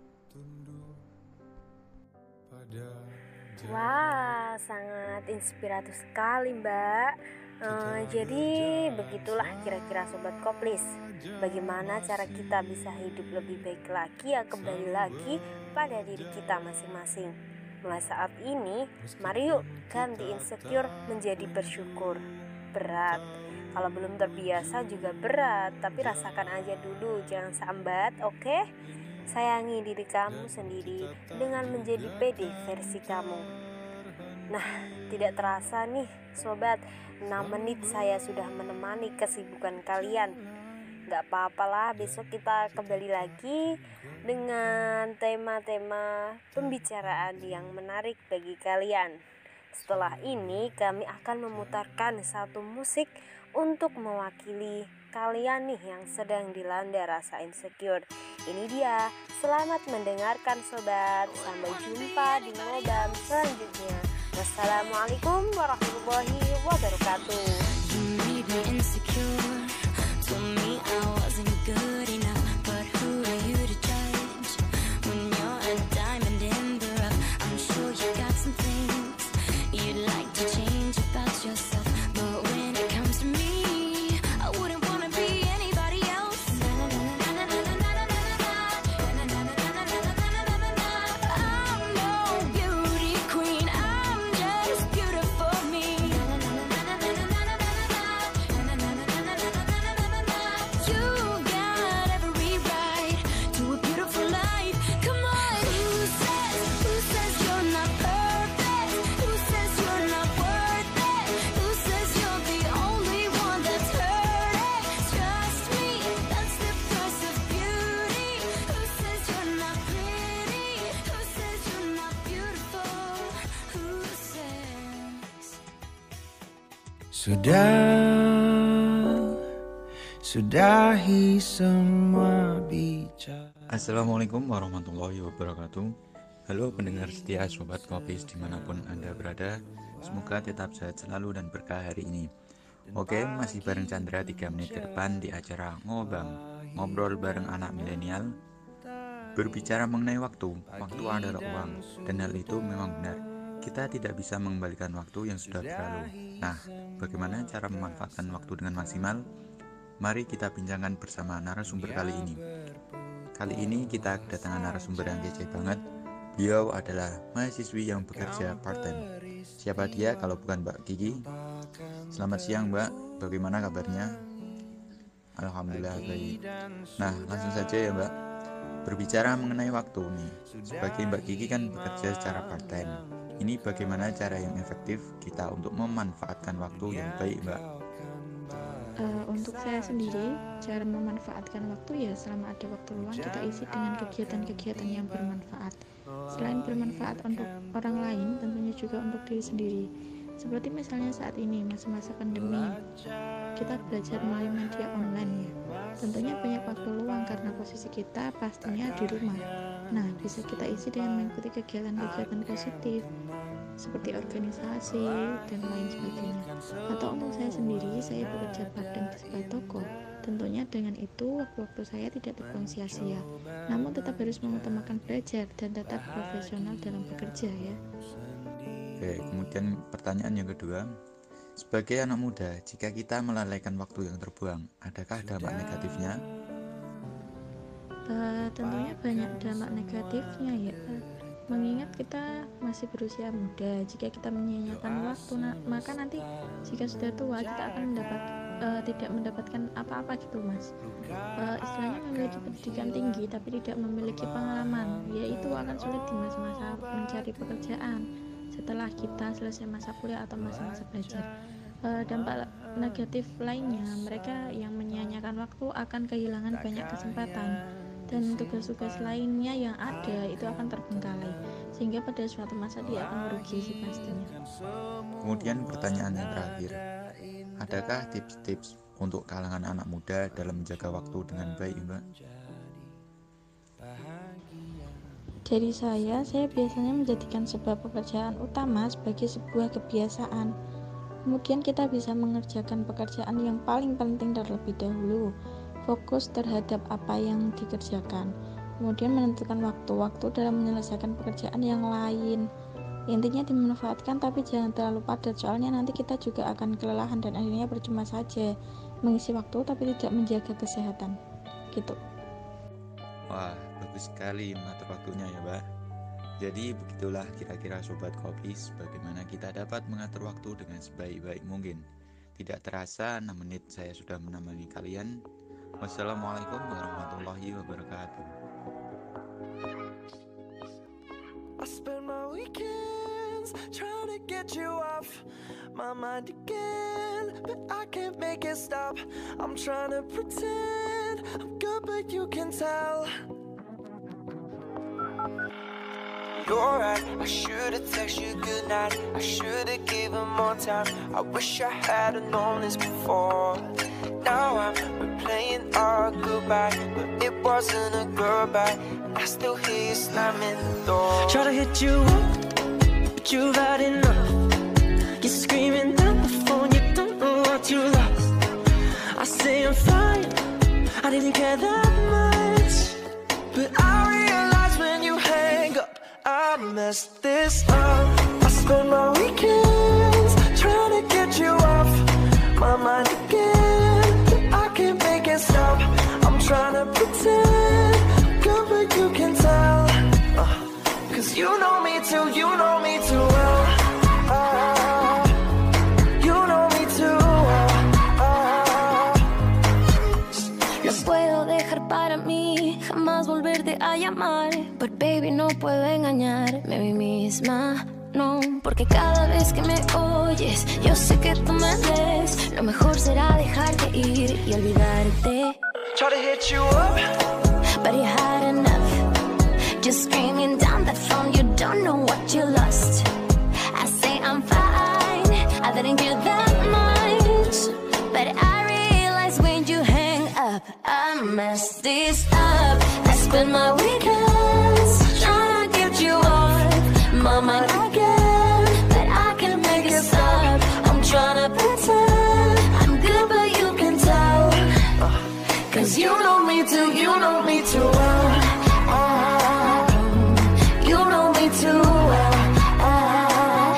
Wah, sangat inspiratif sekali Mbak. Uh, jadi begitulah kira-kira Sobat Koplis, bagaimana cara kita bisa hidup lebih baik lagi, ya kembali lagi pada diri kita masing-masing. Mulai saat ini, mari yuk ganti insecure menjadi bersyukur. Berat, kalau belum terbiasa juga berat, tapi rasakan aja dulu, jangan sambat, oke? Okay? Sayangi diri kamu sendiri dengan menjadi pede versi kamu. Nah, tidak terasa nih sobat, enam menit saya sudah menemani kesibukan kalian. Gak apa-apalah, besok kita kembali lagi dengan tema-tema pembicaraan yang menarik bagi kalian. Setelah ini kami akan memutarkan satu musik untuk mewakili kalian nih yang sedang dilanda rasa insecure. Ini dia, selamat mendengarkan sobat. Sampai jumpa di ngobam selanjutnya. Wassalamualaikum warahmatullahi wabarakatuh. Sudah, sudahi semua bicara. Assalamualaikum warahmatullahi wabarakatuh. Halo pendengar setia Sobat Kopis dimanapun Anda berada. Semoga tetap sehat selalu dan berkah hari ini. Oke, masih bareng Chandra tiga menit ke depan di acara Ngobam, ngobrol bareng anak milenial. Berbicara mengenai waktu, waktu adalah uang, dan hal itu memang benar. Kita tidak bisa mengembalikan waktu yang sudah berlalu. Nah, bagaimana cara memanfaatkan waktu dengan maksimal? Mari kita bincangkan bersama narasumber kali ini. Kali ini kita kedatangan narasumber yang kece banget. Beliau adalah mahasiswi yang bekerja part-time. Siapa dia kalau bukan Mbak Kiki? Selamat siang Mbak, bagaimana kabarnya? Alhamdulillah baik. Nah, langsung saja ya Mbak. Berbicara mengenai waktu nih, sebagai Mbak Kiki kan bekerja secara part-time. Ini bagaimana cara yang efektif kita untuk memanfaatkan waktu yang baik, Mbak? Uh, untuk saya sendiri, cara memanfaatkan waktu ya selama ada waktu luang kita isi dengan kegiatan-kegiatan yang bermanfaat. Selain bermanfaat untuk orang lain, tentunya juga untuk diri sendiri. Seperti misalnya saat ini masa-masa pandemi, kita belajar melalui media online ya. Tentunya banyak waktu luang karena posisi kita pastinya di rumah. Nah, bisa kita isi dengan mengikuti kegiatan-kegiatan positif seperti organisasi dan lain sebagainya. Atau untuk saya sendiri, saya bekerja part-time di sebuah toko. Tentunya dengan itu waktu-waktu saya tidak terbuang sia-sia. Namun tetap harus mengutamakan belajar dan tetap profesional dalam bekerja ya. Oke, kemudian pertanyaan yang kedua. Sebagai anak muda, jika kita melalaikan waktu yang terbuang, adakah dampak negatifnya? Uh, tentunya banyak dampak negatifnya ya. Mengingat kita masih berusia muda, jika kita menyia-nyiakan waktu, na- maka nanti jika sudah tua kita akan mendapat uh, tidak mendapatkan apa-apa gitu mas. Uh, istilahnya memiliki pendidikan tinggi tapi tidak memiliki pengalaman, yaitu akan sulit di masa-masa mencari pekerjaan setelah kita selesai masa kuliah atau masa-masa belajar. Uh, dampak negatif lainnya, mereka yang menyia-nyiakan waktu akan kehilangan banyak kesempatan dan tugas-tugas lainnya yang ada itu akan terbengkalai, sehingga pada suatu masa dia akan merugi sih pastinya. Kemudian pertanyaan yang terakhir, adakah tips-tips untuk kalangan anak muda dalam menjaga waktu dengan baik, Mbak? Dari saya, saya biasanya menjadikan sebuah pekerjaan utama sebagai sebuah kebiasaan. Kemudian kita bisa mengerjakan pekerjaan yang paling penting terlebih dahulu, fokus terhadap apa yang dikerjakan, kemudian menentukan waktu-waktu dalam menyelesaikan pekerjaan yang lain. Intinya dimanfaatkan tapi jangan terlalu padat, soalnya nanti kita juga akan kelelahan dan akhirnya percuma saja mengisi waktu tapi tidak menjaga kesehatan gitu. Wah, bagus sekali mengatur waktunya ya Mbak. Jadi begitulah kira-kira Sobat Kopis bagaimana kita dapat mengatur waktu dengan sebaik-baik mungkin. Tidak terasa enam menit saya sudah menemani kalian. Wassalamualaikum warahmatullahi wabarakatuh. spend my weekends trying to get you off my mind again, but I can't make it stop. I'm trying to pretend I'm good, but you can tell. You're right, I should've texted you goodnight. I should've given more time. I wish I had've known this before. Now I'm replaying our goodbye, but it wasn't a goodbye. I still hear you slamming the door. Try to hit you up, but you've had enough. You're screaming down the phone, you don't know what you lost. I say I'm fine, I didn't care that much, but I realize when you hang up, I messed this up. I spend my weekends trying to get you off my mind again, but I can't make it stop. I'm trying to pretend I'm good, but you can tell, uh, cause you know me too, you know me too well. uh, You know me too well. uh, No puedo dejar para mí jamás volverte a llamar, but baby no puedo engañarme a mí misma, no, porque cada vez que me oyes yo sé que tú me ves. Lo mejor será dejarte ir y olvidarte. Try to hit you up, but you had enough. Just screaming down the phone, you don't know what you lost. I say I'm fine, I didn't care that much, but I realize when you hang up, I messed this up. I spend my weekends trying to get you off my mind again, but I can't make it stop. I'm trying to pretend I'm good, but you can tell, cause you know me too, you know me too well. uh, You know me too well. uh,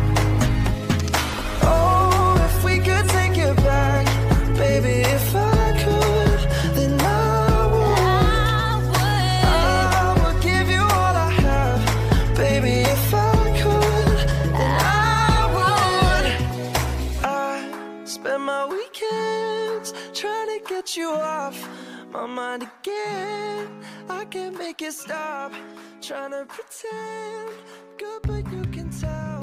oh, if we could take it back, baby, if I could, then I would. I would give you all I have, baby, if I could, then I would. I spend my weekends trying to get you off my mind again. I can't make it stop. Trying to pretend good, but you can tell.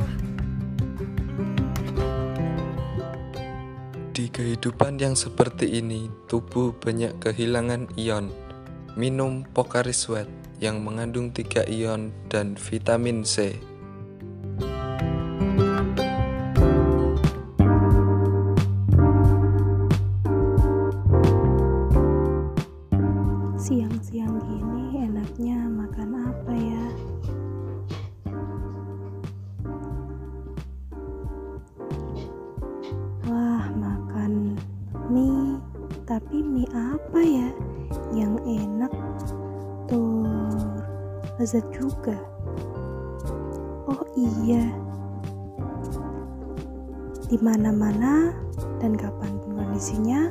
Di kehidupan yang seperti ini, tubuh banyak kehilangan ion. Minum Pocari Sweat yang mengandung tiga ion dan vitamin C. Siang-siang gini enaknya makan apa ya? Wah, makan mie. Tapi mie apa ya yang enak tuh, lezat juga? Oh iya, di mana-mana dan kapanpun kondisinya,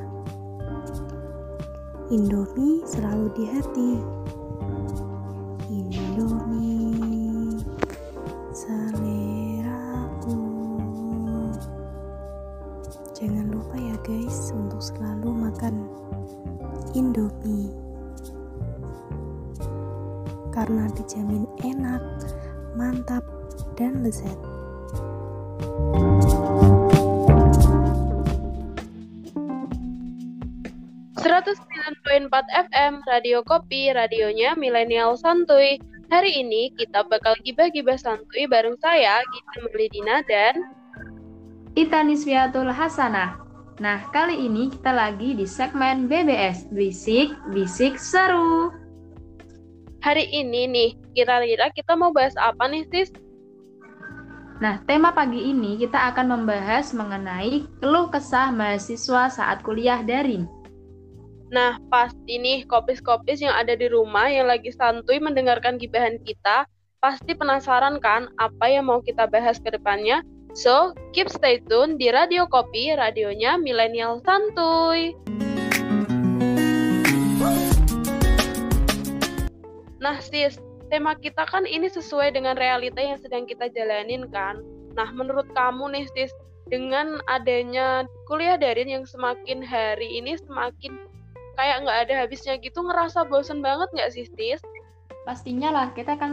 Indomie selalu di hati. Indomie seleraku. Jangan lupa ya guys untuk selalu makan Indomie, karena dijamin enak, mantap, dan lezat. seratus sembilan koma empat F M Radio Kopi, radionya milenial santuy. Hari ini kita bakal gibah-gibah santuy bareng saya, Gita Melidina dan Ita Nisfiatul Hasanah. Nah, kali ini kita lagi di segmen B B S, Bisik-Bisik Seru. Hari ini nih, kira-kira kita mau bahas apa nih, Sis? Nah, tema pagi ini kita akan membahas mengenai keluh kesah mahasiswa saat kuliah daring. Nah, pasti nih kopis-kopis yang ada di rumah yang lagi santuy mendengarkan gibahan kita, pasti penasaran kan apa yang mau kita bahas ke depannya? So, keep stay tune di Radio Kopi, radionya milenial santuy. Nah, sis, tema kita kan ini sesuai dengan realita yang sedang kita jalanin kan? Nah, menurut kamu nih, sis, dengan adanya kuliah daring yang semakin hari ini semakin kayak nggak ada habisnya gitu, ngerasa bosen banget nggak sih, sis? Pastinya lah, kita kan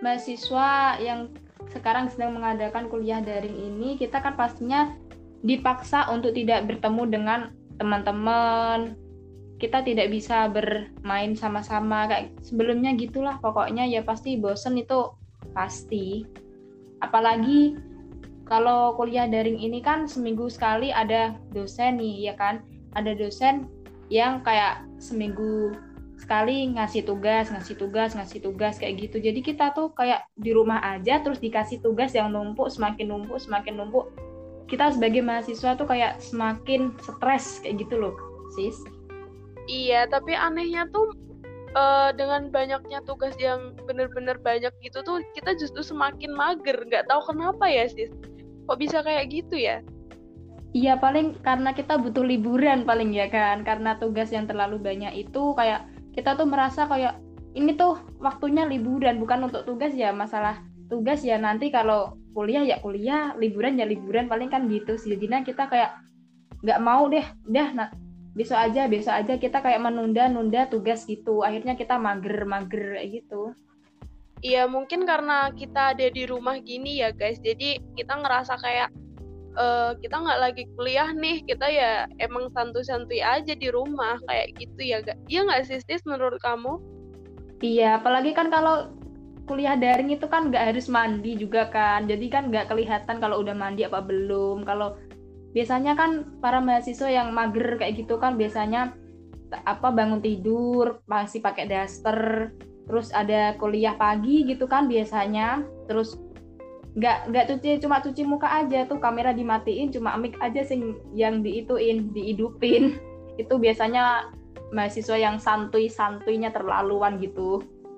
mahasiswa yang sekarang sedang mengadakan kuliah daring ini, kita kan pastinya dipaksa untuk tidak bertemu dengan teman-teman. Kita tidak bisa bermain sama-sama kayak sebelumnya gitulah. Pokoknya ya pasti bosen, itu pasti. Apalagi kalau kuliah daring ini kan seminggu sekali ada dosen nih, ya kan? Ada dosen yang kayak seminggu sekali ngasih tugas, ngasih tugas, ngasih tugas kayak gitu. Jadi kita tuh kayak di rumah aja terus dikasih tugas yang numpuk, semakin numpuk, semakin numpuk. Kita sebagai mahasiswa tuh kayak semakin stres kayak gitu loh, sis. Iya, tapi anehnya tuh uh, dengan banyaknya tugas yang bener-bener banyak gitu tuh kita justru semakin mager. Nggak tahu kenapa ya, sis. Kok bisa kayak gitu ya? Iya, paling karena kita butuh liburan paling ya kan. Karena tugas yang terlalu banyak itu kayak kita tuh merasa kayak ini tuh waktunya liburan, bukan untuk tugas ya. Masalah tugas ya nanti kalau kuliah ya kuliah, liburan ya liburan, paling kan gitu sih. Jadinya kita kayak nggak mau deh, dah nah, besok aja, besok aja kita kayak menunda-nunda tugas gitu. Akhirnya kita mager-mager kayak gitu. Iya, mungkin karena kita ada di rumah gini ya guys, jadi kita ngerasa kayak uh, kita nggak lagi kuliah nih, kita ya emang santuy-santuy aja di rumah kayak gitu ya. Iya nggak sih, sis, menurut kamu? Iya, apalagi kan kalau kuliah daring itu kan nggak harus mandi juga kan, jadi kan nggak kelihatan kalau udah mandi apa belum. Kalau biasanya kan para mahasiswa yang mager kayak gitu kan biasanya apa bangun tidur masih pakai daster, terus ada kuliah pagi gitu kan biasanya, terus nggak nggak cuci cuma cuci muka aja tuh, kamera dimatiin, cuma mic aja sing yang diituin dihidupin. Itu biasanya mahasiswa yang santuy-santuynya terlaluan gitu.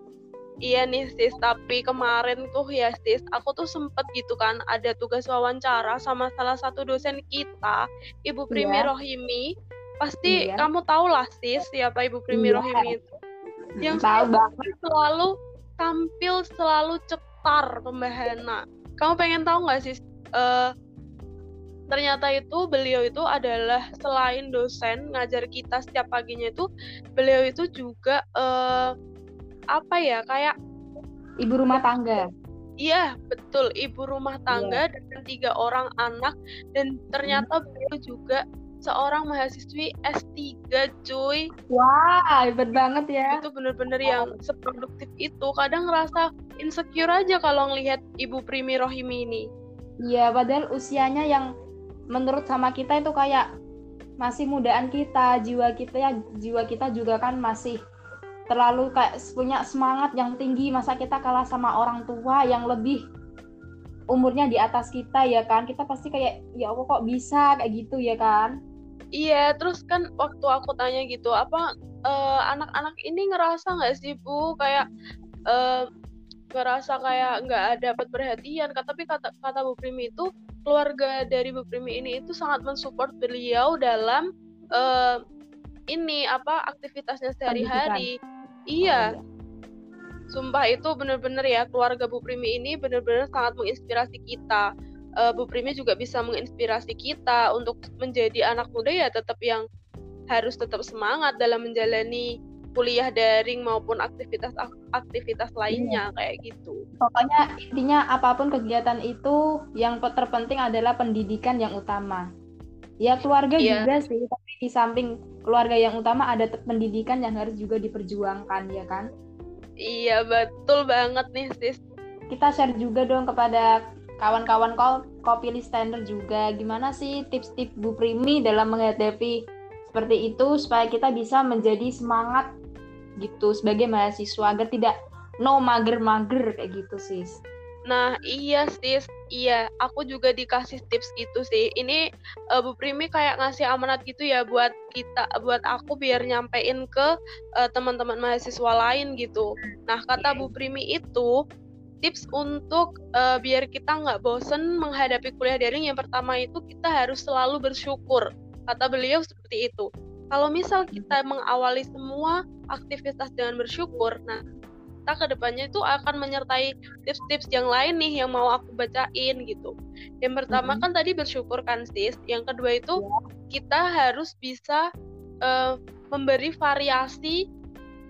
Iya nih sis, tapi kemarin tuh ya sis, aku tuh sempet gitu kan ada tugas wawancara sama salah satu dosen kita, Ibu Primi yeah. Rohimi. Pasti yeah. kamu tahu lah sis siapa Ibu Primi yeah. Rohimi itu. Yang tahu banget, selalu tampil selalu cetar pembahana. Kamu pengen tahu nggak sis? Uh, ternyata itu beliau itu adalah selain dosen ngajar kita setiap paginya itu, beliau itu juga uh, apa ya kayak ibu rumah tangga. Iya betul, ibu rumah tangga yeah. dengan tiga orang anak, dan ternyata hmm. beliau juga seorang mahasiswi S tiga cuy. Wah, hebat banget ya. Itu bener-bener wow. yang seproduktif itu. Kadang ngerasa insecure aja kalau ngelihat Ibu Primi Rohimi ini. Iya, padahal usianya yang menurut sama kita itu kayak masih mudaan kita, jiwa kita ya, jiwa kita juga kan masih terlalu kayak punya semangat yang tinggi. Masa kita kalah sama orang tua yang lebih umurnya di atas kita ya kan? Kita pasti kayak ya Allah kok bisa kayak gitu ya kan? Iya, terus kan waktu aku tanya gitu, apa uh, anak-anak ini ngerasa nggak sih Bu kayak uh, ngerasa kayak nggak dapat perhatian? Tapi kata kata Bu Primi itu, keluarga dari Bu Primi ini itu sangat mensupport beliau dalam uh, ini apa aktivitasnya sehari-hari. Iya, oh, iya. Sumpah itu benar-benar ya, keluarga Bu Primi ini benar-benar sangat menginspirasi kita. Uh, Bu Primi juga bisa menginspirasi kita untuk menjadi anak muda ya tetap yang harus tetap semangat dalam menjalani kuliah daring maupun aktivitas-aktivitas lainnya iya. kayak gitu. Pokoknya intinya apapun kegiatan itu yang terpenting adalah pendidikan yang utama. Ya keluarga yeah. juga sih, tapi di samping keluarga yang utama ada pendidikan yang harus juga diperjuangkan ya kan? Iya betul banget nih sis. Kita share juga dong kepada kawan-kawan Kopi Listener juga, gimana sih tips-tips Bu Primi dalam menghadapi seperti itu supaya kita bisa menjadi semangat gitu sebagai mahasiswa agar tidak no mager-mager kayak gitu sis. Nah iya sis, iya aku juga dikasih tips gitu sih. Ini uh, Bu Primi kayak ngasih amanat gitu ya buat kita, buat aku biar nyampein ke uh, teman-teman mahasiswa lain gitu. Nah kata Bu Primi itu tips untuk uh, biar kita nggak bosen menghadapi kuliah daring, yang pertama itu kita harus selalu bersyukur. Kata beliau seperti itu. Kalau misal kita mengawali semua aktivitas dengan bersyukur, nah kita kedepannya itu akan menyertai tips-tips yang lain nih yang mau aku bacain gitu. Yang pertama mm-hmm. kan tadi bersyukur kan sis. Yang kedua itu yeah. kita harus bisa uh, memberi variasi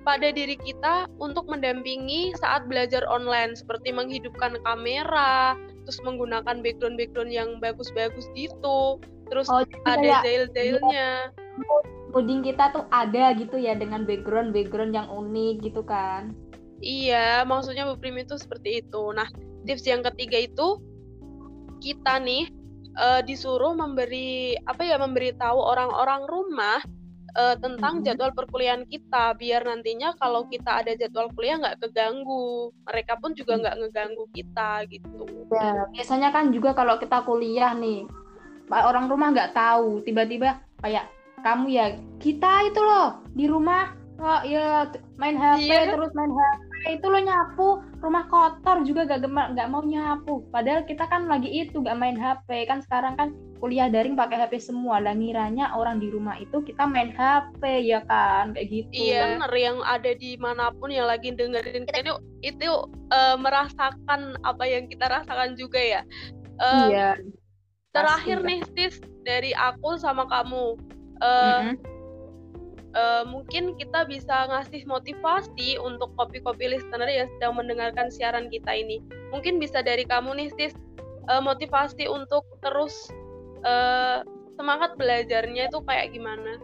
pada diri kita untuk mendampingi saat belajar online, seperti menghidupkan kamera, terus menggunakan background-background yang bagus-bagus gitu, terus Oh, ada jadi kayak zail-zailnya. coding kita tuh ada gitu ya dengan background-background yang unik gitu kan. Iya, maksudnya Bu Prim itu seperti itu. Nah, tips yang ketiga itu kita nih uh, disuruh memberi apa ya memberitahu orang-orang rumah uh, tentang Mm-hmm. jadwal perkuliahan kita, biar nantinya kalau kita ada jadwal kuliah nggak keganggu, mereka pun juga nggak ngeganggu kita gitu. Ya, biasanya kan juga kalau kita kuliah nih, orang rumah nggak tahu, tiba-tiba kayak kamu ya, kita itu loh di rumah oh, ya main H P Iya. terus main H P itu lo nyapu rumah kotor juga gak gema- nggak mau nyapu, padahal kita kan lagi itu gak main H P kan. Sekarang kan kuliah daring pakai H P semua, lah ngiranya orang di rumah itu kita main H P ya kan, kayak gitu. Iya, bener, yang ada dimanapun yang lagi dengerin kita itu, itu uh, merasakan apa yang kita rasakan juga ya. Um, Iya. Terakhir Pasti. nih sis, dari aku sama kamu, uh, Mm-mm. uh, mungkin kita bisa ngasih motivasi untuk kopi-kopi listener yang sedang mendengarkan siaran kita ini. Mungkin bisa dari kamu nih sis, uh, motivasi untuk terus uh, semangat belajarnya itu kayak gimana?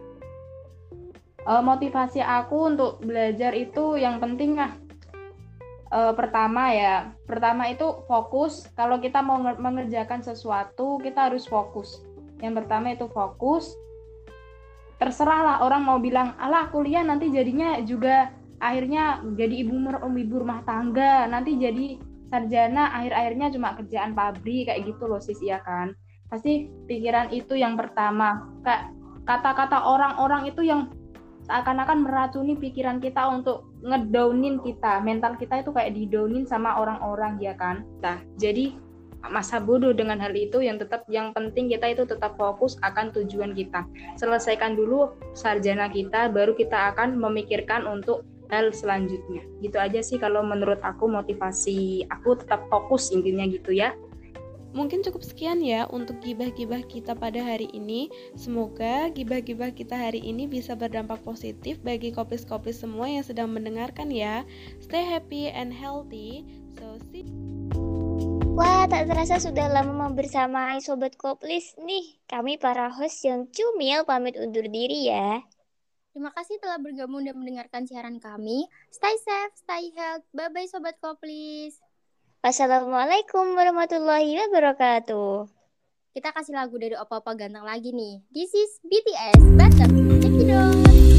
Uh, motivasi aku untuk belajar itu yang penting ah. Uh, pertama ya, pertama itu fokus. Kalau kita mau nge- mengerjakan sesuatu, kita harus fokus. Yang pertama itu fokus. Terserahlah orang mau bilang, alah kuliah nanti jadinya juga akhirnya jadi ibu, ibu rumah tangga, nanti jadi sarjana, akhir-akhirnya cuma kerjaan pabrik kayak gitu loh sis, ya kan? Pasti pikiran itu yang pertama. Kayak kata-kata orang-orang itu yang seakan-akan meracuni pikiran kita untuk ngedownin kita, mental kita itu kayak didownin sama orang-orang ya kan. Nah, jadi masa bodoh dengan hal itu, yang tetap yang penting kita itu tetap fokus akan tujuan kita. Selesaikan dulu sarjana kita, baru kita akan memikirkan untuk hal selanjutnya. Gitu aja sih kalau menurut aku, motivasi aku tetap fokus intinya gitu ya. Mungkin cukup sekian ya untuk gibah-gibah kita pada hari ini. Semoga gibah-gibah kita hari ini bisa berdampak positif bagi kopis-kopis semua yang sedang mendengarkan ya. Stay happy and healthy. So see. Wah, tak terasa sudah lama bersama Sobat Koplis nih. Kami para host yang cumil pamit undur diri ya. Terima kasih telah bergabung dan mendengarkan siaran kami. Stay safe, stay healthy. Bye-bye Sobat Koplis. Wassalamualaikum warahmatullahi wabarakatuh. Kita kasih lagu dari opa-opa ganteng lagi nih. This is B T S, Back Up. Check it out.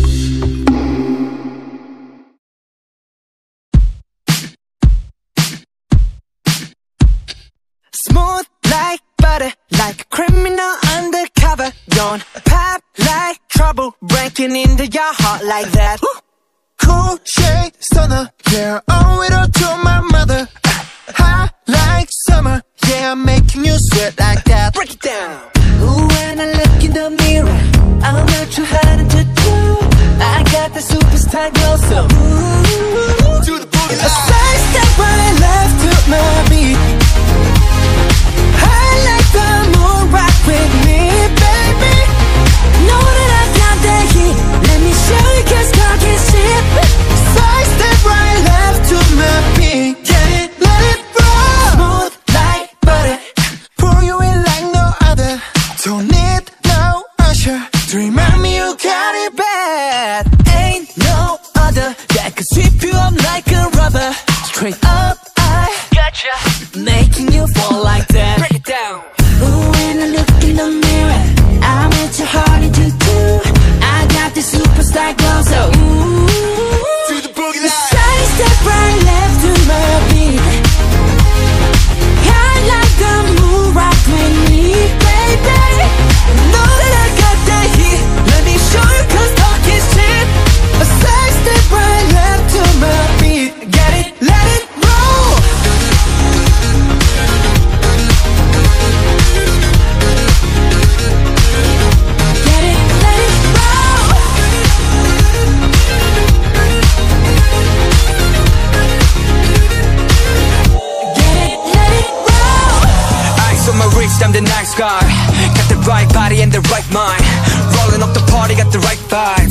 Smooth like butter, like a criminal undercover. Don't pop like trouble, breaking into your heart like that. Cool shade stunner, yeah, owe it all to my mother. Hot like summer, yeah, I'm making you sweat like that. Break it down. Ooh, when I look in the mirror, I'm not too hard to do. I got the superstar glow, so ooh, to the boogie line. A side step right left to my beat. I like the moon rock with me, baby. Know that I got that heat. Let me show you, 'cause talk is cheap. Side step right left to my beat. Get it, let it roll. Smooth like butter, pour you in like no other. Don't need no usher to remind me you got it bad. Ain't no other that could sweep you up like a rubber. Straight up, I gotcha, making you fall like that. Break it down. Ooh, when I look in the mirror, I'm at your heart into two. I got the superstar glow, so ooh, to the boogie line. Side step right left to my beat. I like the moon rock with me, baby. Know that I got that heat. Let me show you, 'cause talk is cheap. A side step right left to my beat. Get it, let it roll. Get it, let it roll. Get it, let it roll. Ice on my wrist, I'm the nice guy. Got the right body and the right mind. Rolling up the party, got the right vibe.